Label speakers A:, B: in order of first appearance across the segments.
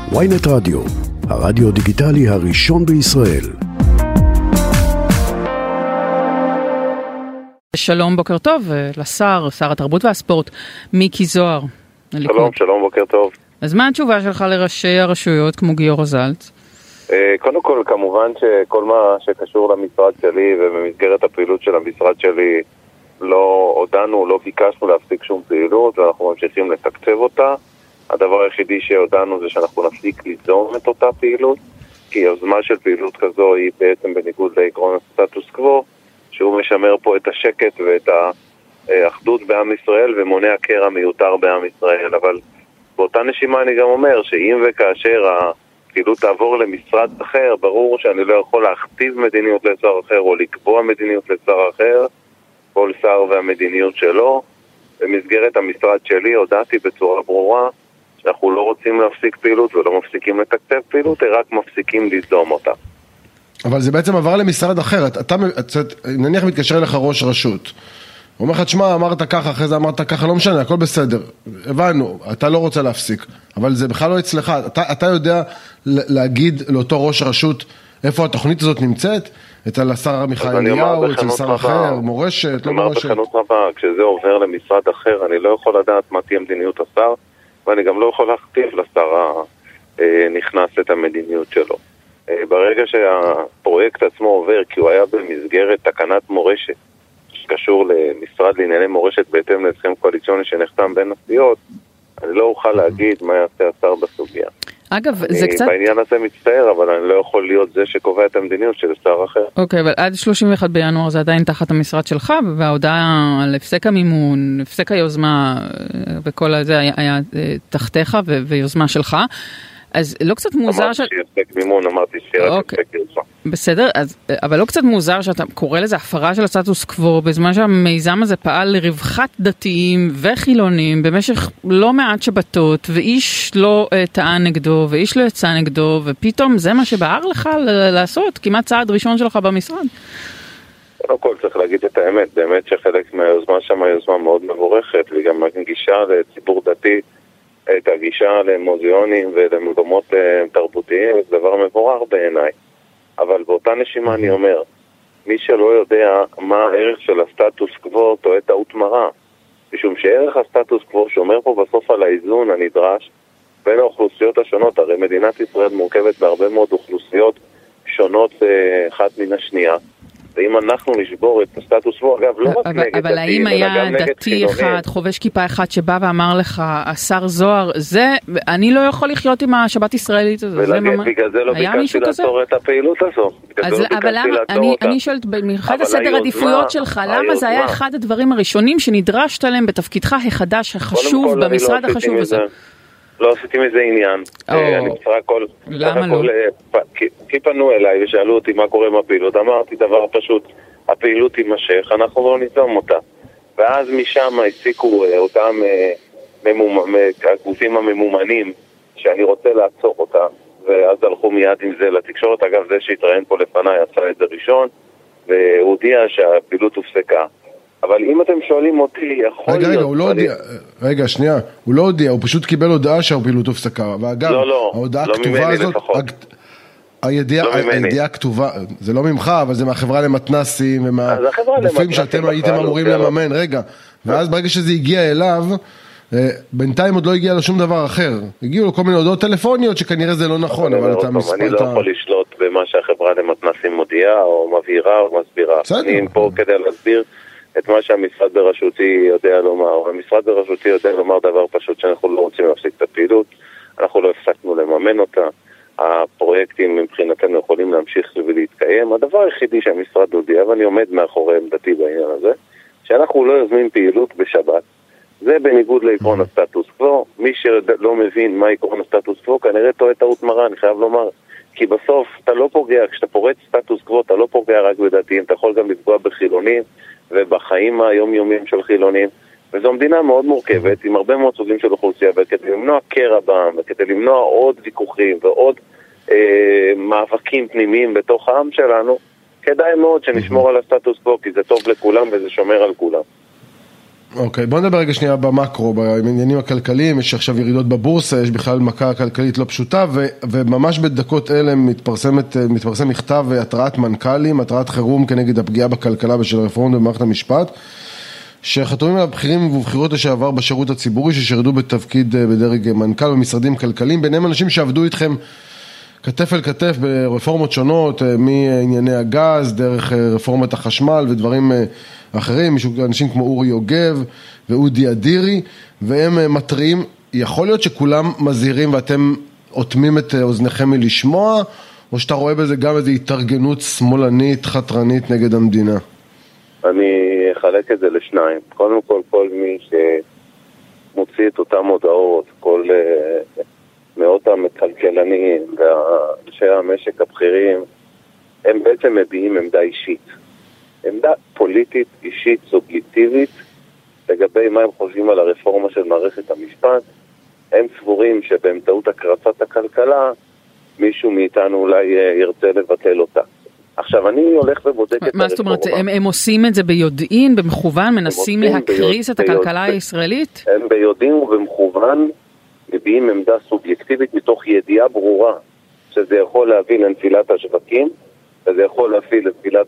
A: ynet רדיו, הרדיו דיגיטלי הראשון בישראל.
B: שלום, בוקר טוב לשר, שר התרבות והספורט, מיקי זוהר.
C: שלום, בוקר טוב.
B: אז מה התשובה שלך לראשי הרשויות כמו גיורא זלץ?
C: קודם כל, כמובן שכל מה שקשור למשרד שלי ובמסגרת הפעילות של המשרד שלי לא הודענו, לא ביקשנו להפסיק שום פעילות ואנחנו ממשיכים לתקצב אותה. הדבר היחידי שהודענו זה שאנחנו נפסיק ליזום את אותה פעילות, כי יוזמה של פעילות כזו היא בעצם בניגוד לעקרון הסטטוס קוו, שהוא משמר פה את השקט ואת האחדות בעם ישראל ומונע קרע מיותר בעם ישראל. אבל באותה נשימה אני גם אומר שאם וכאשר הפעילות תעבור למשרד אחר, ברור שאני לא יכול להכתיב מדיניות לשר אחר או לקבוע מדיניות לשר אחר, כל שר והמדיניות שלו. במסגרת המשרד שלי הודעתי בצורה ברורה שאנחנו לא רוצים להפסיק פעילות ולא מפסיקים לתקצב פעילות, רק מפסיקים ליזום אותה.
D: אבל זה בעצם עבר למשרד אחר. אתה נניח מתקשר לך ראש רשות, הוא אומר לך, תשמע, אמרת ככה, אחרי זה אמרת ככה, לא משנה, הכל בסדר, הבנו, אתה לא רוצה להפסיק, אבל זה בכלל לא אצלך. אתה יודע להגיד לאותו ראש רשות איפה התוכנית הזאת נמצאת? אצל השר מיכאל אליהו, אצל שר אחר, מורשת, לא מורשת?
C: בכנות רבה, כשזה עובר למשרד אחר, אני לא יכול לדעת מה תהיה מדיניות השר, ואני גם לא יכול להכתיב לשר נכנס את המדיניות שלו. ברגע שהפרויקט עצמו עובר, כי הוא היה במסגרת תקנת מורשת, שקשור למשרד לענייני מורשת בהתאם להסכם קואליציוני שנחתם בין הסיעות, אני לא אוכל להגיד מה יעשה השר בסוגיה.
B: אגב, זה קצת...
C: בעניין הזה מצטער, אבל אני לא יכול להיות זה שקובע את המדיניות של שר אחר.
B: אוקיי, אבל עד 31 בינואר זה עדיין תחת המשרד שלך, וההודעה על הפסק המימון, הפסק היוזמה וכל הזה היה תחתיך ויוזמה שלך. אז לא קצת מוזר
C: אמרתי שיפסק מימון, אמרתי שרק יפסק יוזמה.
B: בסדר, אבל לא קצת מוזר שאתה קורא לזה הפרה של הסטטוס קוו, בזמן שהמיזם הזה פעל לרווחת דתיים וחילונים במשך לא מעט שבתות, ואיש לא טען נגדו, ואיש לא יצא נגדו, ופתאום זה מה שבער לך לעשות, כמעט צעד ראשון שלך במשרד.
C: קודם כל צריך להגיד את האמת, באמת שחלק מהיוזמה שם היוזמה מאוד מבורכת, וגם גישה לציבור דתי, את הגישה למוזיאונים ולמקומות תרבותיים, זה דבר מבורך בעיניי. אבל באותה נשימה אני אומר, מי שלא יודע מה הערך של הסטטוס קוו, טועה טעות מרה. משום שערך הסטטוס קוו שומר פה בסוף על האיזון הנדרש בין האוכלוסיות השונות. הרי מדינת ישראל מורכבת בהרבה מאוד אוכלוסיות שונות אחת מן השנייה. ואם אנחנו נשבור את הסטטוס קוו, אגב, לא רק נגד
B: אבל האם היה דתי אחד, חובש כיפה אחד, שבא ואמר לך, השר זוהר, זה, אני לא יכול לחיות עם השבת ישראלית הזו.
C: בגלל זה לא ביקשתי לעצור את הפעילות הזו.
B: אבל למה, אני שואלת, במיוחד הסדר עדיפויות שלך, למה זה היה אחד הדברים הראשונים שנדרשת עליהם בתפקידך החדש, החשוב, במשרד החשוב הזה?
C: לא עשיתי מזה עניין. אני בסך הכל...
B: למה לא?
C: כי פנו אליי ושאלו אותי מה קורה עם הפעילות. אמרתי דבר פשוט, הפעילות תימשך, אנחנו לא ניזום אותה. ואז משם הסיקו אותם הגופים הממומנים שאני רוצה לעצור אותה. ואז הלכו מיד עם זה לתקשורת. אגב, זה שהתראיין פה לפניי עשה את זה ראשון, והוא הודיע שהפעילות הופסקה. אבל אם אתם שואלים אותי, יכול להיות...
D: רגע, הוא לא הודיע, רגע, שנייה, הוא לא הודיע, הוא פשוט קיבל הודעה שהפעילות הופסקה, ואגב, ההודעה הכתובה הזאת, הידיעה הכתובה, זה לא ממך, אבל זה מהחברה למתנסים, ומהגופים שאתם הייתם אמורים לממן, רגע, ואז ברגע שזה הגיע אליו, בינתיים עוד לא הגיע לו שום דבר אחר, הגיעו לו כל מיני הודעות טלפוניות שכנראה זה לא נכון, אבל אתה מספר...
C: אני לא יכול לשלוט במה שהחברה למתנסים מודיעה, או מבהירה, או מסבירה. אני פה כדי להסביר את מה שהמשרד בראשותי יודע לומר, והמשרד בראשותי יודע לומר דבר פשוט שאנחנו לא רוצים להפסיק את הפעילות, אנחנו לא הפסקנו לממן אותה, הפרויקטים מבחינתנו יכולים להמשיך ולהתקיים. הדבר היחידי שהמשרד הודיע, ואני עומד מאחורי עמדתי בעניין הזה, שאנחנו לא יוזמים פעילות בשבת. זה בניגוד לעקרון הסטטוס קוו. מי שלא מבין מה עקרון הסטטוס קוו, כנראה טועה טעות מרה, אני חייב לומר. כי בסוף אתה לא פוגע, כשאתה פורץ סטטוס קוו, אתה לא פוגע רק בדתיים, אתה יכול גם לפגוע בחילונים, ובחיים היומיומיים של חילונים, וזו מדינה מאוד מורכבת, עם הרבה מאוד סוגים של אוכלוסייה, וכדי למנוע קרע בעם, וכדי למנוע עוד ויכוחים, ועוד מאבקים פנימיים בתוך העם שלנו, כדאי מאוד שנשמור על הסטטוס קוו, כי זה טוב לכולם, וזה שומר על כולם.
D: אוקיי, בוא נדבר רגע שנייה במקרו, בעניינים הכלכליים, יש עכשיו ירידות בבורסה, יש בכלל מכה כלכלית לא פשוטה, וממש בדקות אלה מתפרסם מכתב התרעת מנכ"לים, התרעת חירום כנגד הפגיעה בכלכלה בשל הרפורמה במערכת המשפט, שחתומים על הבכירים ובכירות לשעבר בשירות הציבורי, ששרדו בתפקיד בדרג מנכ"ל במשרדים כלכליים, ביניהם אנשים שעבדו איתכם כתף אל כתף ברפורמות שונות, מענייני הגז, דרך רפורמת החשמל ודברים אחרים, אנשים כמו אורי יוגב ואודי אדירי, והם מטריעים. יכול להיות שכולם מזהירים ואתם עוטמים את אוזניכם מלשמוע, או שאתה רואה בזה גם איזו התארגנות שמאלנית, חתרנית נגד המדינה?
C: אני אחלק את זה לשניים. קודם כל מי שמוציא את אותם הודעות, כל מאות המכלכלנים ואנשי המשק הבכירים, הם בעצם מביעים עמדה אישית. עמדה פוליטית, אישית, סובייקטיבית, לגבי מה הם חושבים על הרפורמה של מערכת המשפט. הם סבורים שבאמצעות הקרצת הכלכלה, מישהו מאיתנו אולי ירצה לבטל אותה. עכשיו, אני הולך ובודק את הרפורמה.
B: מה זאת אומרת, הם עושים את זה ביודעין, במכוון, מנסים להקריס את הכלכלה הישראלית?
C: הם ביודעין ובמכוון מביעים עמדה סובייקטיבית מתוך ידיעה ברורה, שזה יכול להביא לנפילת השווקים, וזה יכול להפעיל לנפילת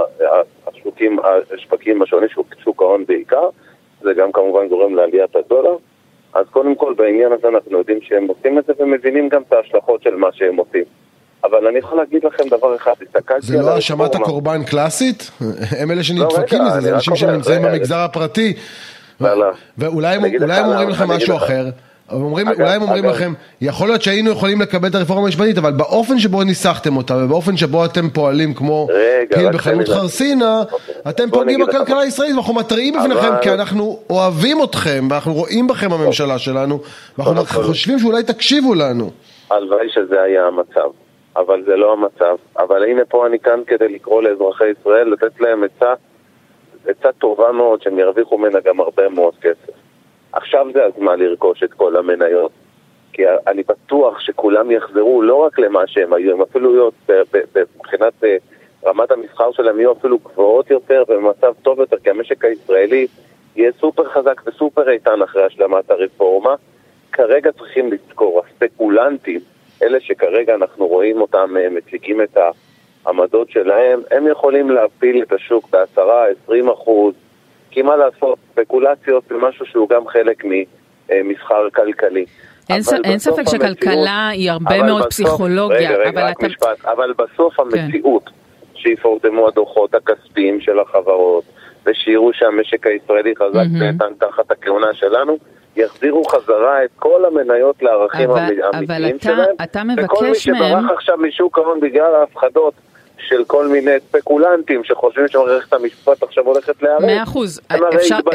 C: השווקים השונים, שוק ההון בעיקר, זה גם כמובן גורם לעליית הדולר. אז קודם כל בעניין הזה אנחנו יודעים שהם עושים את זה ומבינים גם את ההשלכות של מה שהם עושים. אבל אני יכול להגיד לכם דבר אחד,
D: זה לא האשמת הקורבן קלאסית? הם אלה שנדפקים לזה, זה אנשים שנמצאים במגזר הפרטי, ואולי הם אומרים לכם משהו אחר, אולי הם אומרים לכם, יכול להיות שהיינו יכולים לקבל את הרפורמה המשפטית, אבל באופן שבו ניסחתם אותה, ובאופן שבו אתם פועלים כמו פיל בחנות חרסינה, אתם פוגעים בכלכלה הישראלית, ואנחנו מטריעים בפניכם, כי אנחנו אוהבים אתכם, ואנחנו רואים בכם הממשלה שלנו, ואנחנו חושבים שאולי תקשיבו לנו.
C: הלוואי שזה היה המצב, אבל זה לא המצב. אבל הנה פה אני כאן כדי לקרוא לאזרחי ישראל, לתת להם עצה טובה מאוד, שהם ירוויחו ממנה גם הרבה מאוד כסף. עכשיו זה הזמן לרכוש את כל המניות, כי אני בטוח שכולם יחזרו לא רק למה שהם היו, הם אפילו יהיו מבחינת רמת המסחר שלהם יהיו אפילו גבוהות יותר ובמצב טוב יותר, כי המשק הישראלי יהיה סופר חזק וסופר איתן אחרי השלמת הרפורמה. כרגע צריכים לזכור, הספקולנטים, אלה שכרגע אנחנו רואים אותם מציגים את העמדות שלהם, הם יכולים להפיל את השוק ב10-20%, כי מה לעשות, ספקולציות זה משהו שהוא גם חלק ממסחר כלכלי.
B: אין ספק שכלכלה היא הרבה מאוד פסיכולוגיה.
C: אבל בסוף המציאות שיפורסמו הדוחות הכספיים של החברות, ושיראו שהמשק הישראלי חזק ואיתן תחת הכהונה שלנו, יחזירו חזרה את כל המניות לערכים האמיתיים שלהם, וכל מי שברח עכשיו משוק ההון בגלל ההפחדות של כל מיני ספקולנטים שחושבים שמערכת המשפט עכשיו הולכת להיערך.
B: 100%.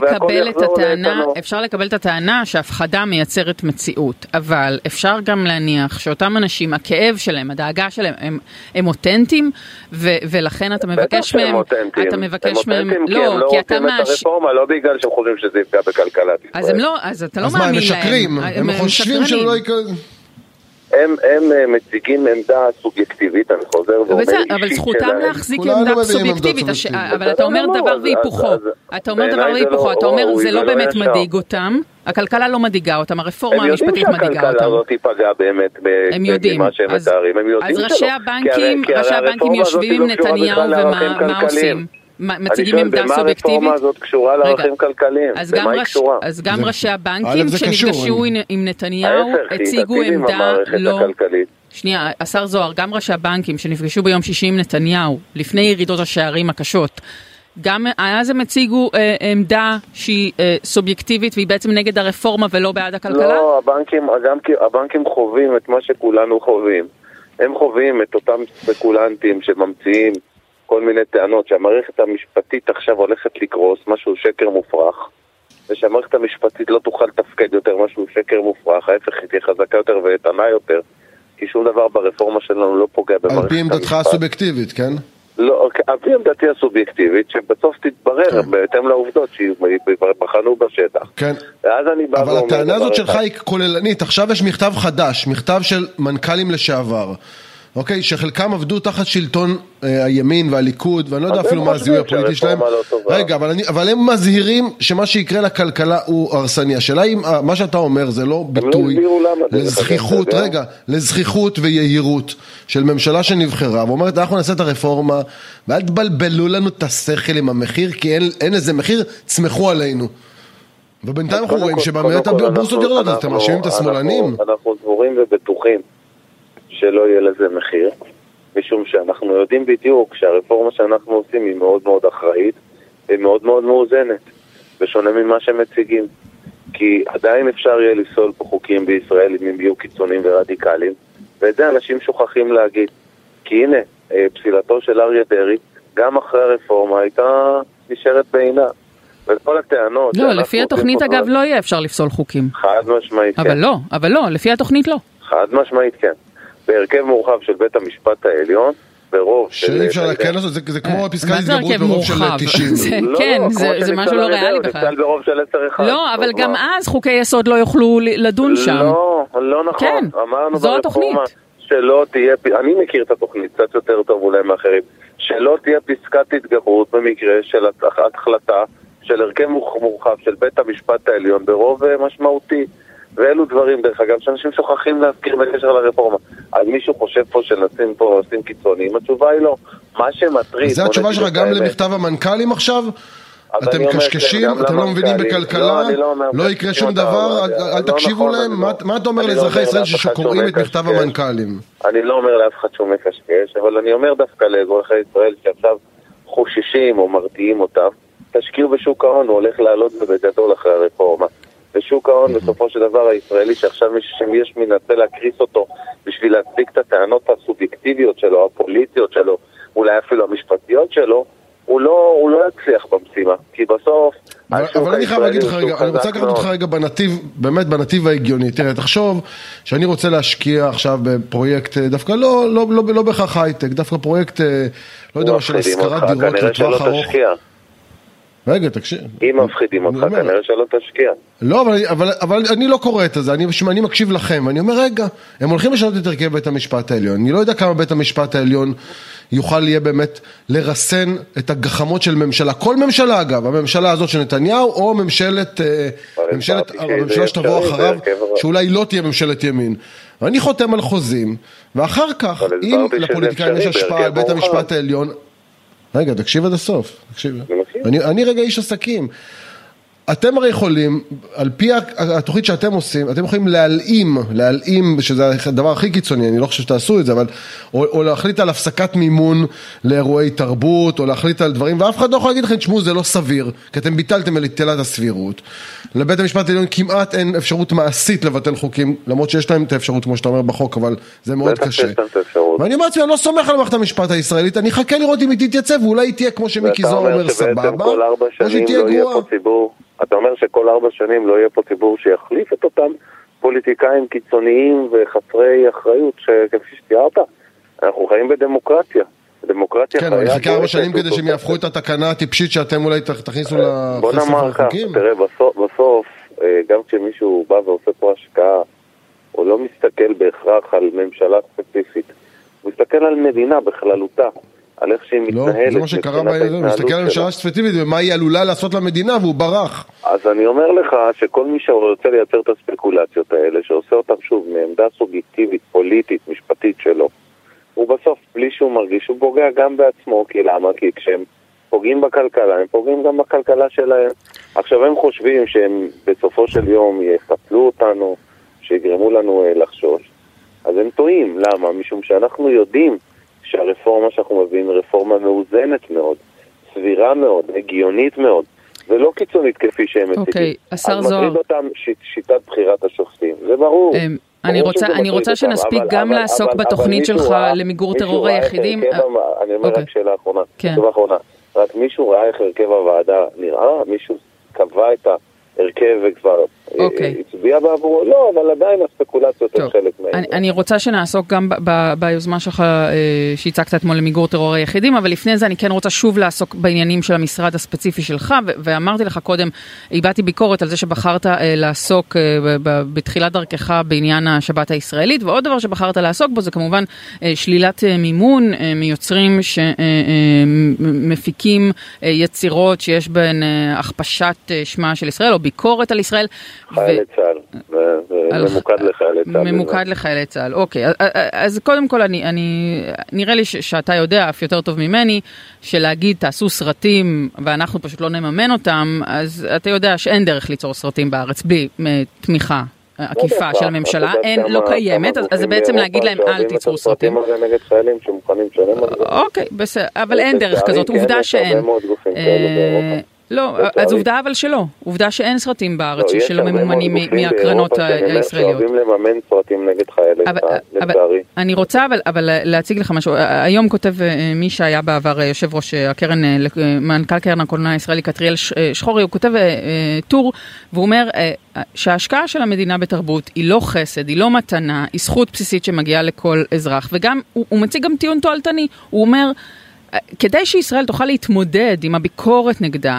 B: אפשר לקבל את הטענה שההפחדה מייצרת מציאות, אבל אפשר גם להניח שאותם אנשים, הכאב שלהם, הדאגה שלהם, הם אותנטיים, ולכן אתה מבקש מהם,
C: לא, כי אתה הרפורמה, לא בגלל שהם חושבים שזה יפגע בכלכלת ישראל.
B: אז אתה לא מאמין להם.
D: אז מה, הם משקרים? הם חושבים שלא יקרה...
C: הם מציגים עמדה סובייקטיבית, אני חוזר ואומר אישית שלהם.
B: אבל זכותם להחזיק עמדה סובייקטיבית, אבל אתה אומר דבר והיפוכו. אתה אומר זה לא באמת מדאיג אותם, הכלכלה לא מדאיגה אותם, הרפורמה המשפטית מדאיגה אותם.
C: הם יודעים שהכלכלה לא תיפגע באמת במה שהם מתארים.
B: אז ראשי הבנקים יושבים עם נתניהו ומה עושים? מציגים עמדה סובייקטיבית.
C: הרפורמה הזאת קשורה לערכים כלכליים.
B: אז גם ראשי הבנקים שנפגשו עם נתניהו הציגו עמדה לא... שנייה, השר זוהר, גם ראשי הבנקים שנפגשו ביום שישי עם נתניהו לפני ירידות השערים הקשות, גם אז הם הציגו עמדה שהיא סובייקטיבית והיא בעצם נגד הרפורמה ולא בעד הכלכלה?
C: לא, הבנקים חווים את מה שכולנו חווים. הם חווים את אותם ספקולנטים שממציאים כל מיני טענות שהמערכת המשפטית עכשיו הולכת לקרוס, משהו שקר מופרך, ושהמערכת המשפטית לא תוכל תפקד יותר, משהו שקר מופרך, ההפך היא תהיה חזקה יותר ואיתנה יותר, כי שום דבר ברפורמה שלנו לא פוגע במערכת המשפט.
D: על פי עמדתך הסובייקטיבית, כן?
C: לא, על פי עמדתי הסובייקטיבית, שבסוף תתברר בהתאם לעובדות שבחנו בשטח.
D: כן,
C: אבל
D: הטענה הזאת שלך היא כוללנית. עכשיו יש מכתב חדש, מכתב של מנכ"לים לשעבר, אוקיי, שחלקם עבדו תחת שלטון הימין והליכוד, ואני לא יודע אפילו מה הזיהוי הפוליטי שלהם. רגע, אבל הם מזהירים שמה שיקרה לכלכלה הוא הרסני. השאלה אם מה שאתה אומר זה לא ביטוי לזכיחות, רגע, לזכיחות ויהירות של ממשלה שנבחרה, ואומרת, אנחנו נעשה את הרפורמה, ואל תבלבלו לנו את השכל עם המחיר, כי אין איזה מחיר, צמחו עלינו. ובינתיים אנחנו רואים שבאמת הבורסות יורדות, אז אתם מאשימים את השמאלנים?
C: אנחנו סבורים ובטוחים שלא יהיה לזה מחיר, משום שאנחנו יודעים בדיוק שהרפורמה שאנחנו עושים היא מאוד מאוד אחראית, היא מאוד מאוד מאוזנת, בשונה ממה שמציגים. כי עדיין אפשר יהיה לפסול פה חוקים בישראל אם הם יהיו קיצוניים ורדיקליים, ואת זה אנשים שוכחים להגיד. כי הנה, פסילתו של אריה דרעי, גם אחרי הרפורמה הייתה נשארת בעינה. וכל הטענות...
B: לא, לפי התוכנית אגב לא יהיה אפשר לפסול חוקים.
C: חד משמעית כן.
B: אבל לא, לפי התוכנית לא.
C: חד משמעית כן. בהרכב מורחב של בית המשפט העליון, ברוב של...
D: שאי אפשר להקן אותו, זה כמו הפסקת התגברות ברוב של 90.
B: כן, זה משהו לא ריאלי בכלל.
C: ברוב של 10-1.
B: לא, אבל גם אז חוקי יסוד לא יוכלו לדון שם.
C: לא נכון. אמרנו
B: זו התוכנית.
C: שלא תהיה, אני מכיר את התוכנית קצת יותר טוב אולי מאחרים, שלא תהיה פסקת התגברות במקרה של החלטה של הרכב מורחב של בית המשפט העליון ברוב משמעותי. ואלו דברים, דרך אגב, שאנשים שוכחים להזכיר בקשר לרפורמה. אז מישהו חושב פה שנשים פה עושים קיצוניים, התשובה היא לא. מה שמטריד...
D: זה התשובה שלך גם למכתב המנכ"לים עכשיו? אתם קשקשים, אתם לא מבינים בכלכלה, לא יקרה שום דבר, אל תקשיבו להם? מה אתה אומר לאזרחי ישראל שקוראים את מכתב המנכ"לים?
C: אני לא אומר לאף אחד שהוא מקשקש, אבל אני אומר דווקא לאזרחי ישראל שעכשיו חוששים או מרתיעים אותם, תשקיעו בשוק ההון, הוא הולך לעלות בגדול אחרי הרפורמה. בשוק ההון בסופו של דבר הישראלי שעכשיו יש מנסה להקריס אותו בשביל להצדיק את הטענות הסובייקטיביות שלו, הפוליטיות שלו, אולי אפילו המשפטיות שלו, הוא לא יצליח במשימה, כי בסוף...
D: אבל אני חייב להגיד לך רגע, אני רוצה לקחת אותך רגע בנתיב, באמת בנתיב ההגיוני. תראה, תחשוב שאני רוצה להשקיע עכשיו בפרויקט, דווקא לא בכך הייטק, דווקא פרויקט, לא יודע מה, של השכרת דירות לטווח ארוך. רגע, תקשיב.
C: אם מפחידים אותך, כנראה שלא תשקיע.
D: לא, אבל אני לא קורא את זה, אני מקשיב לכם, אני אומר, רגע, הם הולכים לשנות את הרכב בית המשפט העליון, אני לא יודע כמה בית המשפט העליון יוכל יהיה באמת לרסן את הגחמות של ממשלה, כל ממשלה אגב, הממשלה הזאת של נתניהו, או הממשלה שתבוא אחריו, שאולי לא תהיה ממשלת ימין. ואני חותם על חוזים, ואחר כך, אם לפוליטיקאים יש השפעה על בית המשפט העליון, רגע, תקשיב עד הסוף, תקשיב. אני רגע איש עסקים. אתם הרי יכולים, על פי התוכנית שאתם עושים, אתם יכולים להלאים, שזה הדבר הכי קיצוני, אני לא חושב שתעשו את זה, אבל, או להחליט על הפסקת מימון לאירועי תרבות, או להחליט על דברים, ואף אחד לא יכול להגיד לכם, תשמעו, זה לא סביר, כי אתם ביטלתם על תלת הסבירות. לבית המשפט העליון כמעט אין אפשרות מעשית לבטל חוקים, למרות שיש להם את האפשרות, כמו שאתה אומר בחוק, אבל זה מאוד קשה. ואני אומר, אני לא סומך על מערכת המשפט הישראלית, אני חכה לראות אם היא תתייצב, ואולי תהיה כמו שמיקי זוהר אומר סבבה, או שתהיה גרועה.
C: אתה אומר שכל 4 שנים לא יהיה פה ציבור שיחליף את אותם פוליטיקאים קיצוניים וחסרי אחריות כפי שתיארת. אנחנו חיים בדמוקרטיה. דמוקרטיה
D: כן, אני חכה 4 שנים כדי שהם יהפכו את התקנה הטיפשית שאתם אולי תכניסו לספר החוקים.
C: תראה, בסוף, גם כשמישהו בא ועושה פה השקעה, הוא לא מסתכל בהכרח על ממשלה ספציפית. הוא מסתכל על מדינה בכללותה. על איך שהיא מתנהלת.
D: לא, זה מה שקרה הוא מסתכל על ממשלה ספציפית ומה היא עלולה לעשות למדינה והוא ברח.
C: אז אני אומר לך שכל מי שרוצה לייצר את הספקולציות האלה, שעושה אותם שוב מעמדה סובייקטיבית, פוליטית, משפטית שלו, הוא בסוף בלי שהוא מרגיש, הוא פוגע גם בעצמו, כי למה? כי כשהם פוגעים בכלכלה, הם פוגעים גם בכלכלה שלהם. עכשיו הם חושבים שהם בסופו של יום יפתלו אותנו, שיגרמו לנו לחשוש, אז הם טועים. למה? משום שאנחנו יודעים שהרפורמה שאנחנו מביאים רפורמה מאוזנת מאוד, סבירה מאוד, הגיונית מאוד, ולא קיצונית כפי שהם מציגים.
B: השר זוהר.
C: אז מטריד אותם שיטת בחירת השופטים, זה ברור.
B: אני רוצה שנספיק גם לעסוק בתוכנית שלך למיגור טרור היחידים.
C: אני אומר רק שאלה אחרונה. רק מישהו ראה איך הרכב הוועדה נראה, מישהו קבע את ההרכב וכבר הצביע בעבורו, לא, אבל עדיין הספקולציות הן חלק מהם.
B: אני רוצה שנעסוק גם ביוזמה שלך שהצגת אתמול למיגור טרור היחידים, אבל לפני זה אני כן רוצה שוב לעסוק בעניינים של המשרד הספציפי שלך, ואמרתי לך קודם, הבאתי ביקורת על זה שבחרת לעסוק בתחילת דרכך בעניין השבת הישראלית, ועוד דבר שבחרת לעסוק בו זה כמובן שלילת מימון מיוצרים שמפיקים יצירות שיש בהן הכפשת שמה של ישראל או ביקורת על ישראל.
C: חיילי צה"ל, ממוקד לחיילי צה"ל.
B: ממוקד לחיילי צה"ל, אוקיי. אז קודם כל, נראה לי שאתה יודע אף יותר טוב ממני, שלהגיד תעשו סרטים ואנחנו פשוט לא נממן אותם, אז אתה יודע שאין דרך ליצור סרטים בארץ בלי תמיכה עקיפה של הממשלה, לא קיימת, אז זה בעצם להגיד להם אל תיצרו סרטים.
C: נגד חיילים שמוכנים לשלם על זה.
B: אוקיי, בסדר, אבל אין דרך כזאת, עובדה שאין. לא, אז עובדה אבל שלא. עובדה שאין סרטים בארץ שלא ממומנים מהקרנות הישראליות.
C: שאוהבים לממן סרטים נגד חיילי לצערי.
B: אני רוצה אבל להציג לך משהו. היום כותב מי שהיה בעבר יושב ראש הקרן, מנכ"ל קרן הקולנוע הישראלי, קטריאל שחורי, הוא כותב טור, והוא אומר שההשקעה של המדינה בתרבות היא לא חסד, היא לא מתנה, היא זכות בסיסית שמגיעה לכל אזרח, וגם, הוא מציג גם טיעון תועלתני. הוא אומר, כדי שישראל תוכל להתמודד עם הביקורת נגדה,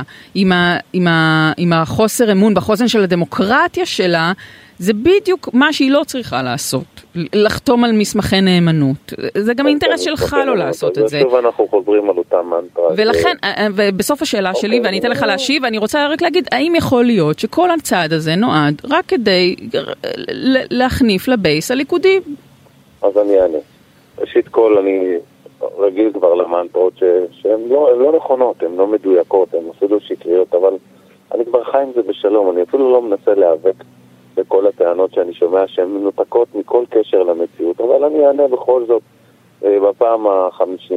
B: עם החוסר אמון בחוזן של הדמוקרטיה שלה, זה בדיוק מה שהיא לא צריכה לעשות, לחתום על מסמכי נאמנות. זה גם אינטרס שלך לא לעשות את זה.
C: שוב אנחנו חוזרים על אותה מנטרה.
B: ולכן, ובסוף השאלה שלי, ואני אתן לך להשיב, אני רוצה רק להגיד, האם יכול להיות שכל הצעד הזה נועד רק כדי להכניף לבייס הליכודי?
C: אז אני אענה. ראשית כל, אני רגיל כבר למנטרות שהן לא נכונות, הן לא מדויקות, הן אפילו שקריות, אבל אני כבר חי עם זה בשלום, אני אפילו לא מנסה להיאבק בכל הטענות שאני שומע שהן מנותקות מכל קשר למציאות, אבל אני אענה בכל זאת בפעם ה-50.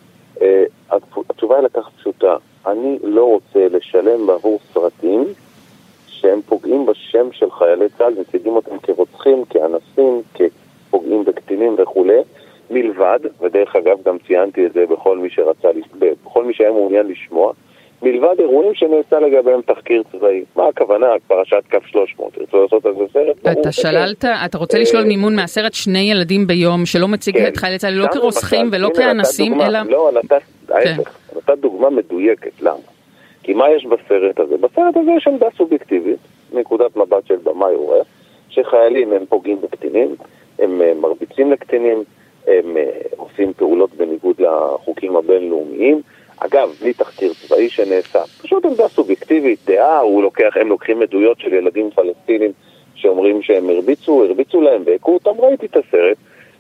C: התשובה היא לכך פשוטה, אני לא רוצה לשלם בעבור סרטים שהם פוגעים בשם של חיילי צה"ל, מציגים אותם כרוצחים, כאנסים, כפוגעים בקטינים וכו', מלבד, ודרך אגב גם ציינתי את זה בכל מי שהיה מעוניין לשמוע, מלבד אירועים שנעשה לגביהם תחקיר צבאי. מה הכוונה? פרשת קו 300. תרצו לעשות על זה סרט?
B: אתה שללת, אתה רוצה לשלול מימון מהסרט 2 ילדים ביום שלא מציג את חיילי צה"ל לא כרוצחים ולא כאנסים, אלא...
C: לא, נתת דוגמה מדויקת. למה? כי מה יש בסרט הזה? בסרט הזה יש עמדה סובייקטיבית, נקודת מבט של במאי עורך, שחיילים הם פוגעים בקטינים, הם מרביצים לקטינים, הם עושים פעולות בניגוד לחוקים הבינלאומיים. אגב, בלי תחקיר צבאי שנעשה, פשוט עמדה סובייקטיבית, דעה, הם לוקחים עדויות של ילדים פלסטינים שאומרים שהם הרביצו להם והכו אותם, ראיתי את הסרט,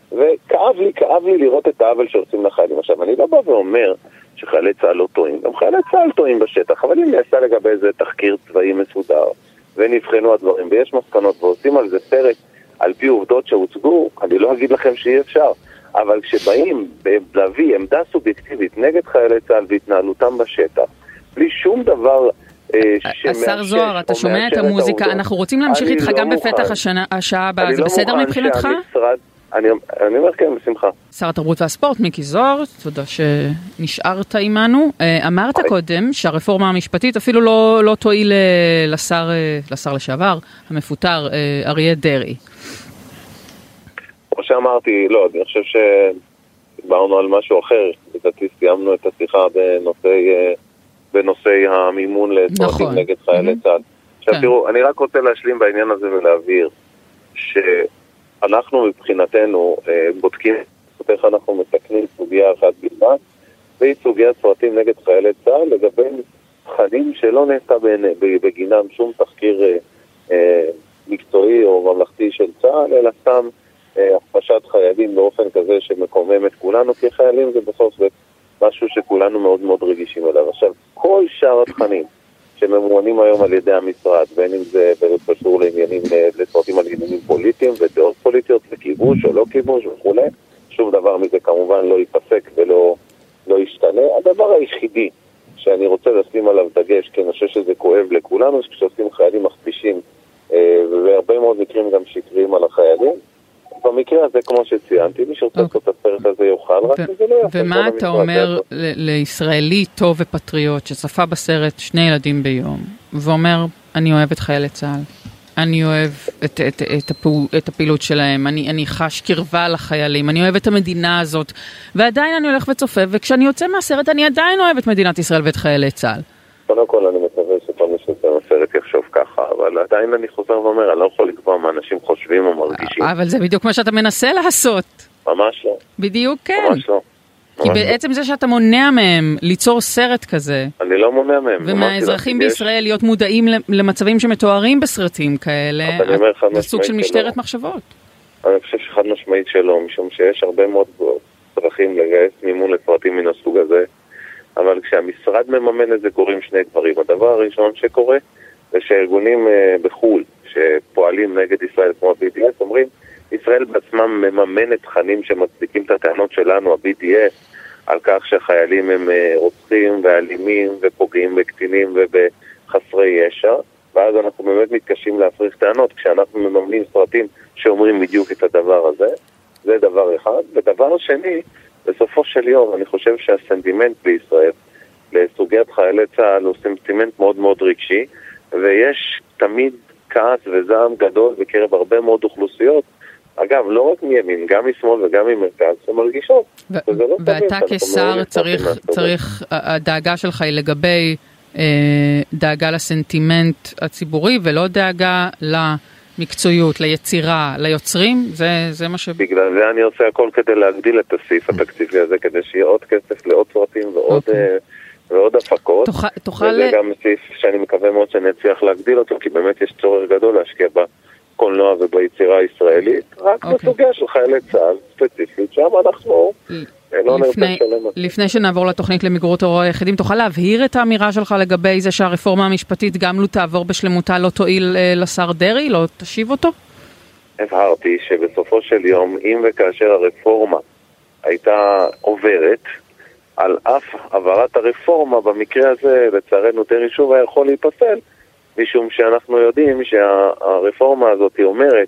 C: וכאב לי לראות את העוול שעושים לחיילים. עכשיו, אני לא בא ואומר שחיילי צה"ל לא טועים, גם חיילי צה"ל טועים בשטח, אבל אם נעשה לגבי איזה תחקיר צבאי מסודר, ונבחנו הדברים, ויש מסקנות, ועושים על זה סרט על פי עובדות שהוצגו, אני לא אגיד לכם שאי אפשר. אבל כשבאים להביא עמדה סובייקטיבית נגד חיילי צה"ל והתנהלותם בשטח, בלי שום דבר
B: השר זוהר, אתה שומע את המוזיקה, אנחנו רוצים להמשיך איתך גם בפתח השעה הבאה, זה בסדר מבחינתך?
C: אני אומר כן, בשמחה.
B: שר התרבות והספורט, מיקי זוהר, תודה שנשארת עימנו. אמרת קודם שהרפורמה המשפטית אפילו לא תועיל לשר לשעבר, המפוטר אריה דרעי.
C: כמו שאמרתי, לא, אני חושב שדיברנו על משהו אחר, לדעתי סיימנו את השיחה בנושאי המימון לסרטים נגד חיילי צה"ל. עכשיו תראו, אני רק רוצה להשלים בעניין הזה ולהבהיר שאנחנו מבחינתנו בודקים איך אנחנו מתקנים סוגיה אחת בלבד, והיא סוגיית סרטים נגד חיילי צה"ל לגבי תכנים שלא נעשה בגינם שום תחקיר מקצועי או ממלכתי של צה"ל, אלא סתם הכפשת חיילים באופן כזה שמקומם את כולנו, כי חיילים זה בסוף זה משהו שכולנו מאוד מאוד רגישים אליו. עכשיו, כל שאר התכנים שממומנים היום על ידי המשרד, בין אם זה קשור לעניינים, לסרטים על עניינים פוליטיים ודעות פוליטיות וכיבוש או לא כיבוש וכו', שום דבר מזה כמובן לא ייפסק ולא ישתנה. הדבר היחידי שאני רוצה לשים עליו דגש, כי אני חושב שזה כואב לכולנו, שכשעושים חיילים מכפישים, והרבה מאוד מקרים גם שקרים על החיילים, במקרה הזה, כמו שציינתי, מי שרוצה לעשות את הסרט הזה יוכל, רק זה לא יעשה.
B: ומה אתה אומר לישראלי טוב ופטריוט שצפה בסרט 2 ילדים ביום, ואומר, אני אוהב את חיילי צה"ל, אני אוהב את הפעילות שלהם, אני חש קרבה לחיילים, אני אוהב את המדינה הזאת, ועדיין אני הולך וצופה, וכשאני יוצא מהסרט אני עדיין אוהב את מדינת ישראל ואת חיילי צה"ל.
C: קודם כל אני מקווה שכל מי שיוצא מהסרט יחשוב ככה, אבל עדיין אני חוזר ואומר, אני לא יכול לקבוע מה אנשים חושבים או מרגישים.
B: אבל זה בדיוק מה שאתה מנסה לעשות.
C: ממש לא.
B: בדיוק כן.
C: ממש לא.
B: כי בעצם זה שאתה מונע מהם ליצור סרט כזה.
C: אני לא מונע מהם.
B: ומהאזרחים בישראל להיות מודעים למצבים שמתוארים בסרטים כאלה, זה סוג של משטרת מחשבות.
C: אני חושב שחד משמעית שלא, משום שיש הרבה מאוד דרכים לגייס מימון לפרטים מן הסוג הזה, אבל כשהמשרד מממן את זה קורים שני דברים. הדבר הראשון שקורה זה שהארגונים בחול שפועלים נגד ישראל כמו ה-BDS אומרים, ישראל בעצמם מממנת תכנים שמצדיקים את הטענות שלנו, ה-BDS, על כך שחיילים הם רוצחים ואלימים ופוגעים בקטינים ובחסרי ישע, ואז אנחנו באמת מתקשים להפריך טענות כשאנחנו מממנים סרטים שאומרים בדיוק את הדבר הזה. זה דבר אחד. ודבר שני, בסופו של יום אני חושב שהסנטימנט בישראל לסוגיית חיילי צה"ל הוא סנטימנט מאוד מאוד רגשי, ויש תמיד כעס וזעם גדול בקרב הרבה מאוד אוכלוסיות, אגב, לא רק מימין, גם משמאל וגם ממרכז, שמרגישות.
B: ואתה כשר צריך, הדאגה שלך היא לגבי דאגה לסנטימנט הציבורי, ולא דאגה למקצועיות, ליצירה, ליוצרים, זה מה ש... בגלל
C: זה אני עושה הכל כדי להגדיל את הסעיף התקציבי הזה, כדי שיהיה עוד כסף לעוד סרטים ועוד הפקות. וזה גם סעיף שאני מקווה מאוד שאני אצליח להגדיל אותו, כי באמת יש צורך גדול להשקיע בקולנוע וביצירה הישראלית, רק בסוגיה של חיילי צה"ל ספציפית, שם אנחנו לא נרצה שלם.
B: לפני שנעבור לתוכנית למיגור טרור היחידים, תוכל להבהיר את האמירה שלך לגבי זה שהרפורמה המשפטית גם לא תעבור בשלמותה, לא תועיל לשר דרעי, לא תשיב אותו?
C: הבהרתי שבסופו של יום, אם וכאשר הרפורמה הייתה עוברת, על אף עברת הרפורמה, במקרה הזה, לצערנו דרעי שוב היה יכול להיפסל, משום שאנחנו יודעים שהרפורמה הזאת אומרת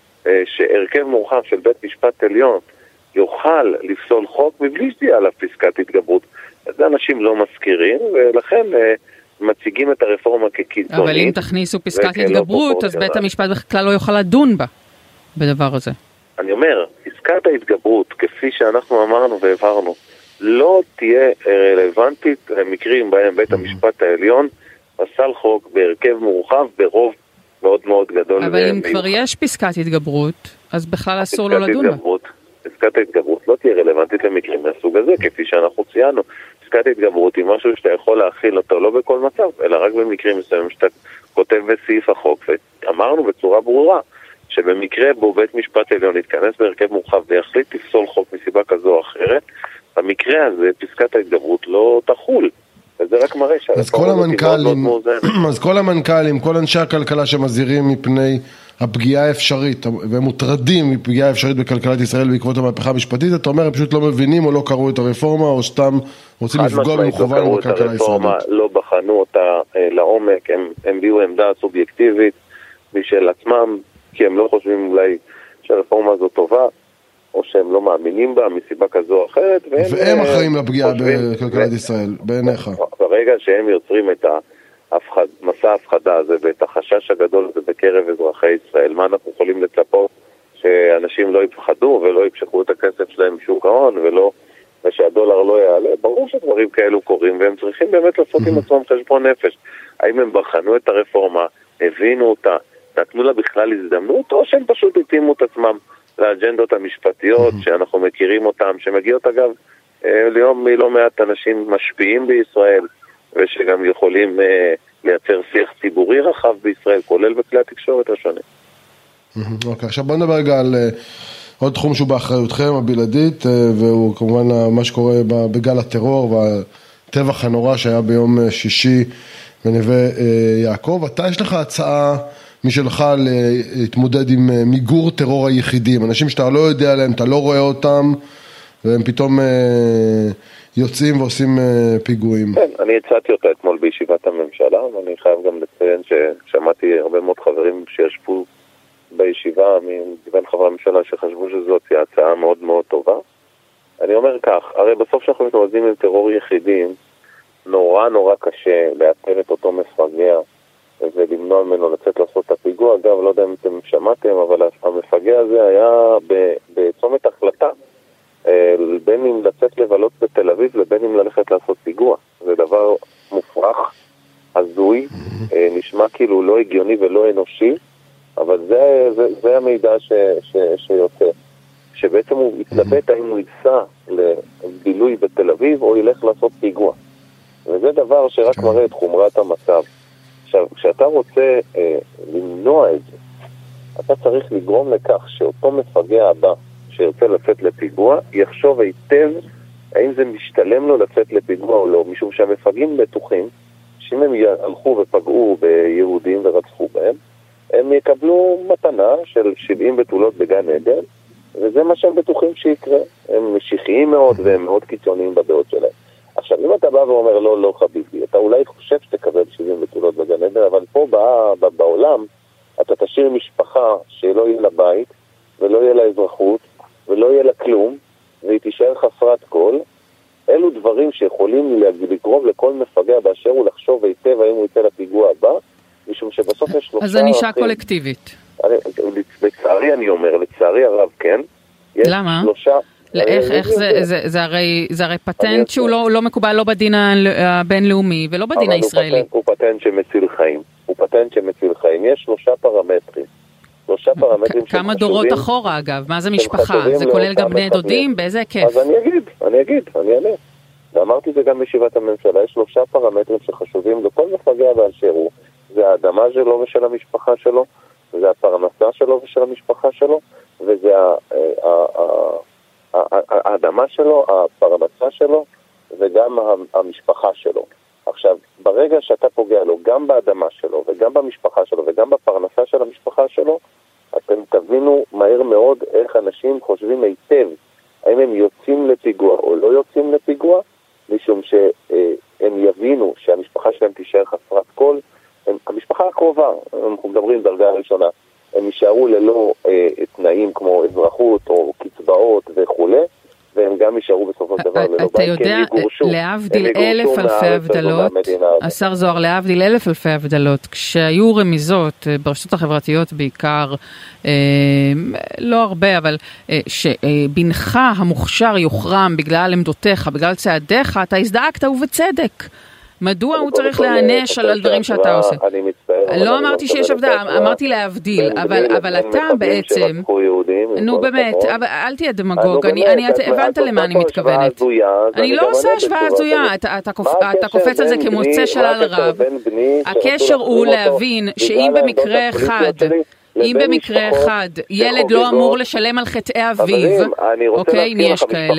C: שהרכב מורחב של בית משפט עליון יוכל לפסול חוק מבלי שתהיה עליו פסקת התגברות. אז אנשים לא מזכירים, ולכן מציגים את הרפורמה כקיצונית.
B: אבל אם תכניסו פסקת התגברות, אז בית המשפט בכלל לא יוכל לדון בה, בדבר הזה.
C: אני אומר, פסקת ההתגברות, כפי שאנחנו אמרנו והבהרנו, לא תהיה רלוונטית למקרים בהם בית המשפט העליון פסל חוק בהרכב מורחב ברוב מאוד מאוד גדול.
B: אבל אם כבר יש פסקת התגברות, אז בכלל אסור לו לדון בה.
C: פסקת ההתגברות לא תהיה רלוונטית למקרים מהסוג הזה, כפי שאנחנו ציינו. פסקת ההתגברות היא משהו שאתה יכול להכיל אותו לא בכל מצב, אלא רק במקרים מסוימים שאתה כותב בסעיף החוק, ואמרנו בצורה ברורה שבמקרה בו בית משפט עליון יתכנס בהרכב מורחב ויחליט לפסול חוק מסיבה כזו או אחרת, במקרה הזה פסקת ההתגברות לא תחול. וזה רק מראה
D: אז כל המנכ"לים, כל אנשי הכלכלה שמזהירים מפני הפגיעה האפשרית, והם מוטרדים מפגיעה האפשרית בכלכלת ישראל בעקבות המהפכה המשפטית, אתה אומר, הם פשוט לא מבינים או לא קראו את הרפורמה, או סתם רוצים לפגוע במכוון בכלכלה הישראלית.
C: לא בחנו אותה לעומק, הם ביאו עמדה סובייקטיבית משל עצמם, כי הם לא חושבים אולי שהרפורמה הזאת טובה, או שהם לא מאמינים בה מסיבה כזו או אחרת,
D: והם אחראים לפגיעה בכלכלת ישראל, בעיניך.
C: ברגע שהם יוצרים את מסע ההפחדה הזה ואת החשש הגדול הזה בקרב אזרחי ישראל, מה אנחנו יכולים לצפות? שאנשים לא יפחדו ולא יפשחו את הכסף שלהם משוק ההון ושהדולר לא יעלה. ברור שדברים כאלו קורים, והם צריכים באמת לעשות עם עצמם חשבון נפש. האם הם בחנו את הרפורמה, הבינו אותה, נתנו לה בכלל הזדמנות, או שהם פשוט התאימו את עצמם לאג'נדות המשפטיות שאנחנו מכירים אותם, שמגיעות אגב ליום מלא מעט אנשים משפיעים בישראל, ושגם יכולים לייצר שיח ציבורי רחב בישראל, כולל בכלי התקשורת השונים.
D: אוקיי, עכשיו בוא נדבר רגע על עוד תחום שהוא באחריותכם הבלעדית, והוא כמובן מה שקורה בגל הטרור והטבח הנורא שהיה ביום שישי בנווה יעקב. אתה יש לך הצעה משלך להתמודד עם מיגור טרור היחידים, אנשים שאתה לא יודע עליהם, אתה לא רואה אותם, והם פתאום יוצאים ועושים פיגועים.
C: כן, אני הצעתי אותה אתמול בישיבת הממשלה, ואני חייב גם לציין ששמעתי הרבה מאוד חברים שישבו בישיבה מבין חברי הממשלה שחשבו שזאת הצעה מאוד מאוד טובה. אני אומר כך, הרי בסוף שאנחנו מתמודדים עם טרור יחידים, נורא קשה לאתר את אותו מפגע ולמנוע ממנו לצאת לעשות את הפיגוע. אגב, לא יודע אם אתם שמעתם, אבל המפגע הזה היה בצומת החלטה, בין אם לצאת לבלות בתל אביב לבין אם ללכת לעשות פיגוע. זה דבר מופרך, הזוי, נשמע כאילו לא הגיוני ולא אנושי, אבל זה המידע שיוצא. שבעצם הוא יתלבט האם הוא ייסע לבילוי בתל אביב או ילך לעשות פיגוע. וזה דבר שרק מראה את חומרת המצב. עכשיו, כשאתה רוצה למנוע את זה, אתה צריך לגרום לכך שאותו מפגע הבא שירצה לצאת לפיגוע, יחשוב היטב האם זה משתלם לו לצאת לפיגוע או לא, משום שהמפגעים בטוחים שאם הם הלכו ופגעו ביהודים ורצחו בהם, הם יקבלו מתנה של 70 בתולות בגן עדן, וזה מה שהם בטוחים שיקרה. הם משיחיים מאוד והם מאוד קיצוניים בדעות שלהם. עכשיו, אם אתה בא ואומר לא, לא חביבי, אתה אולי חושב שתקבל 70 בתולות בגן עדן, אבל פה בעולם אתה תשאיר משפחה שלא יהיה לה בית, ולא יהיה לה אזרחות, ולא יהיה לה כלום, והיא תישאר חסרת כל. אלו דברים שיכולים לגרום לכל מפגע באשר הוא לחשוב היטב האם הוא יצא לפיגוע הבא, משום שבסוף יש שלושה...
B: אז זה נשאר קולקטיבית.
C: לצערי אני אומר, לצערי הרב כן.
B: למה?
C: שלושה...
B: איך זה הרי פטנט שהוא לא מקובל לא בדין הבינלאומי ולא בדין הישראלי.
C: הוא פטנט שמציל חיים. הוא פטנט שמציל חיים. יש שלושה פרמטרים.
B: כמה דורות אחורה אגב? מה זה משפחה? זה כולל גם בני דודים? באיזה היקף?
C: אז אני אענה. ואמרתי זה גם בישיבת הממשלה. יש שלושה פרמטרים שחשובים לכל מפגע באשר הוא. זה האדמה שלו ושל המשפחה שלו, זה הפרנסה שלו ושל המשפחה שלו, וזה האדמה שלו, הפרנסה שלו, וגם המשפחה שלו. עכשיו, ברגע שאתה פוגע לו גם באדמה שלו, וגם במשפחה שלו, וגם בפרנסה של המשפחה שלו, אתם תבינו מהר מאוד איך אנשים חושבים היטב, האם הם יוצאים לפיגוע או לא יוצאים לפיגוע, משום שהם יבינו שהמשפחה שלהם תישאר חסרת כל, המשפחה הקרובה, אנחנו מדברים דרגה ראשונה, הם יישארו ללא תנאים כמו אזרחות או קצבאות וכו', והם גם יישארו בסופו של דבר ללא בית.
B: אתה יודע, להבדיל אלף אלפי הבדלות, השר זוהר, להבדיל אלף אלפי הבדלות, כשהיו רמיזות ברשתות החברתיות בעיקר, לא הרבה, אבל שבנך המוכשר יוחרם בגלל עמדותיך, בגלל צעדיך, אתה הזדעקת ובצדק. מדוע הוא צריך להענש על הדברים שאתה עושה? לא אמרתי שיש עבדה, אמרתי להבדיל, אבל אתה בעצם, נו באמת, אל תהיה דמגוג, הבנת למה אני מתכוונת. אני לא עושה השוואה הזויה, אתה קופץ על זה כמוצא שלל רב. הקשר הוא להבין שאם במקרה אחד ילד לא אמור לשלם על חטאי אביו, אוקיי, יש כאלה,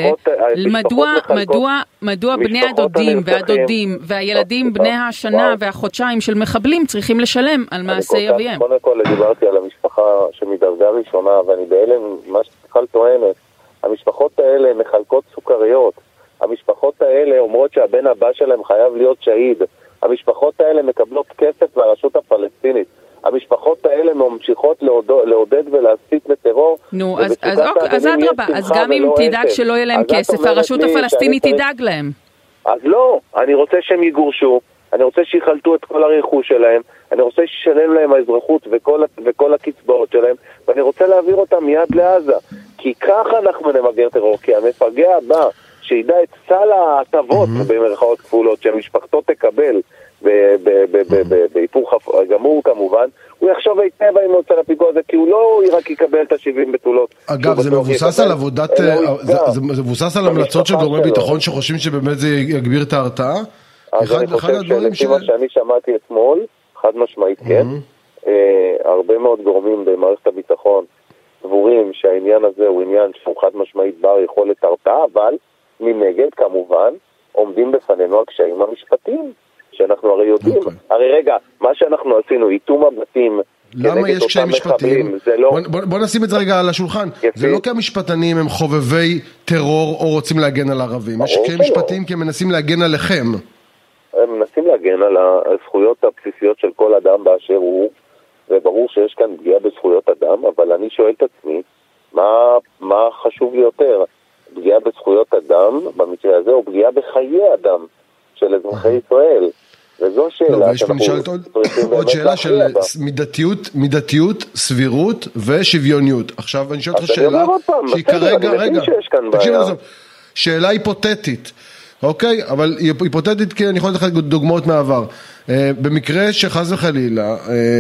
B: מדוע בני הדודים והדודים והילדים בני השנה והחודשיים של מחבלים צריכים לשלם על מעשי אביהם?
C: קודם כל דיברתי על המשפחה שמדרגה ראשונה, ואני בהלם מה שתחל טוענת, המשפחות האלה מחלקות סוכריות, המשפחות האלה אומרות שהבן הבא שלהם חייב להיות שהיד, המשפחות האלה מקבלות כסף מהרשות הפלסטינית, המשפחות האלה ממשיכות לעודד ולהסית לטרור.
B: נו, אז אדרבה, אז גם אם תדאג שלא יהיה להם כסף, הרשות הפלסטינית תדאג להם.
C: אז לא, אני רוצה שהם יגורשו, אני רוצה שיחלטו את כל הרכוש שלהם, אני רוצה שישלם להם האזרחות וכל הקצבאות שלהם, ואני רוצה להעביר אותם מיד לעזה, כי ככה אנחנו נמגר טרור, כי המפגע הבא שידע את סל ההטבות במרכאות כפולות שמשפחתו תקבל בהיפוך גמור כמובן, הוא יחשוב היטב אם הוא יוצא לפיגוע הזה, כי הוא לא רק יקבל את ה-70 בתולות.
D: אגב, זה מבוסס על עבודת, זה מבוסס על המלצות של גורמי ביטחון שחושבים שבאמת זה יגביר את ההרתעה?
C: אז אני חושב שלפי מה שאני שמעתי אתמול, חד משמעית כן, הרבה מאוד גורמים במערכת הביטחון סבורים שהעניין הזה הוא עניין שהוא חד משמעית בר יכולת הרתעה, אבל מנגד כמובן עומדים בפנינו הקשיים המשפטיים. שאנחנו הרי יודעים, הרי רגע, מה שאנחנו עשינו, איתום הבתים,
D: למה יש קשיים משפטיים? בוא נשים את זה רגע על השולחן, זה לא כי המשפטנים הם חובבי טרור או רוצים להגן על ערבים, יש קשיים משפטיים כי הם מנסים להגן עליכם.
C: הם מנסים להגן על הזכויות הבסיסיות של כל אדם באשר הוא, וברור שיש כאן פגיעה בזכויות אדם, אבל אני שואל את עצמי, מה חשוב לי יותר? פגיעה בזכויות אדם, במקרה הזה, או פגיעה בחיי אדם של אזרחי ישראל? וזו שאלה שאנחנו
D: צריכים עוד שאלה של מידתיות, סבירות ושוויוניות. עכשיו אני שואל אותך שאלה שהיא כרגע, רגע, תקשיב לזה, שאלה היפותטית, אוקיי? אבל היא היפותטית כי אני יכול לתת לך דוגמאות מעבר. במקרה שחס וחלילה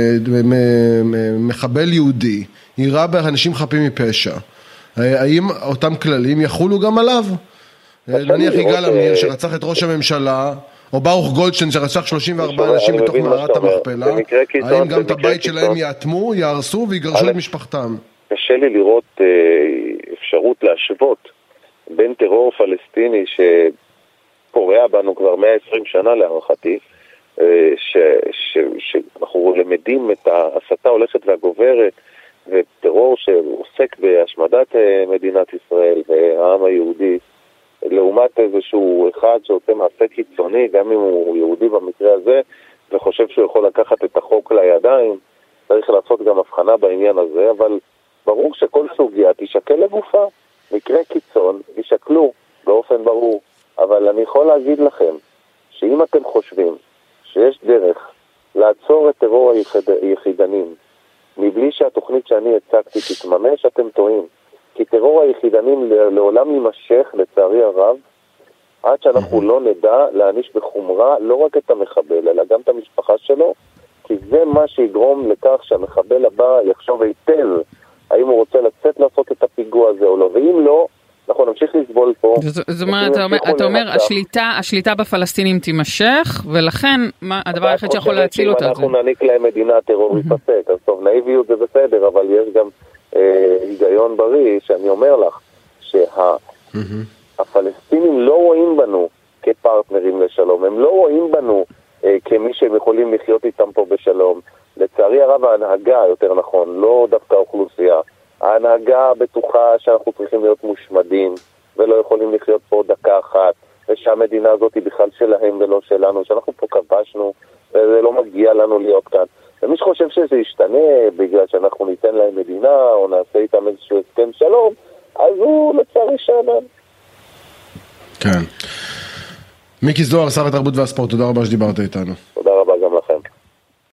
D: מחבל יהודי יירה באנשים חפים מפשע, האם אותם כללים יחולו גם עליו? נניח יגאל עמיר שרצח את ראש הממשלה, או ברוך גולדשטיין שרצח 34 אנשים בתוך מערת המכפלה, האם גם את הבית שלהם יאטמו, יהרסו ויגרשו את משפחתם?
C: קשה לי לראות אפשרות להשוות בין טרור פלסטיני שפורע בנו כבר 120 שנה להערכתי, שאנחנו למדים את ההסתה הולכת והגוברת, וטרור שעוסק בהשמדת מדינת ישראל והעם היהודי, לעומת איזשהו אחד שעושה מעשה קיצוני, גם אם הוא יהודי במקרה הזה, וחושב שהוא יכול לקחת את החוק לידיים. צריך לעשות גם הבחנה בעניין הזה, אבל ברור שכל סוגיה תשקל לגופה. מקרה קיצון ישקלו באופן ברור, אבל אני יכול להגיד לכם שאם אתם חושבים שיש דרך לעצור את טרור היחידנים מבלי שהתוכנית שאני הצגתי תתממש, אתם טועים. כי טרור היחידנים לעולם יימשך, לצערי הרב, עד שאנחנו לא נדע להעניש בחומרה לא רק את המחבל, אלא גם את המשפחה שלו, כי זה מה שיגרום לכך שהמחבל הבא יחשוב היטב האם הוא רוצה לצאת לעשות את הפיגוע הזה או לא, ואם לא, אנחנו נמשיך לסבול פה.
B: זאת אומרת, אתה אומר, השליטה בפלסטינים תימשך, ולכן הדבר היחיד שיכול להציל אותה.
C: אנחנו נעניק להם מדינה טרור ייפסק, אז טוב, נאיביות זה בסדר, אבל יש גם היגיון בריא, שאני אומר לך, שהפלסטינים לא רואים בנו כפרטנרים לשלום, הם לא רואים בנו כמי שהם יכולים לחיות איתם פה בשלום. לצערי הרב ההנהגה, יותר נכון, לא דווקא האוכלוסייה, ההנהגה בטוחה שאנחנו צריכים להיות מושמדים ולא יכולים לחיות פה דקה אחת, ושהמדינה הזאת היא בכלל שלהם ולא שלנו, שאנחנו פה כבשנו וזה לא מגיע לנו להיות כאן. ומי שחושב שזה ישתנה בגלל שאנחנו ניתן להם מדינה או נעשה איתם איזשהו הסכם שלום, אז הוא לצערי שאנן.
D: כן. מיקי זוהר, שר התרבות והספורט, תודה רבה שדיברת איתנו.
C: תודה.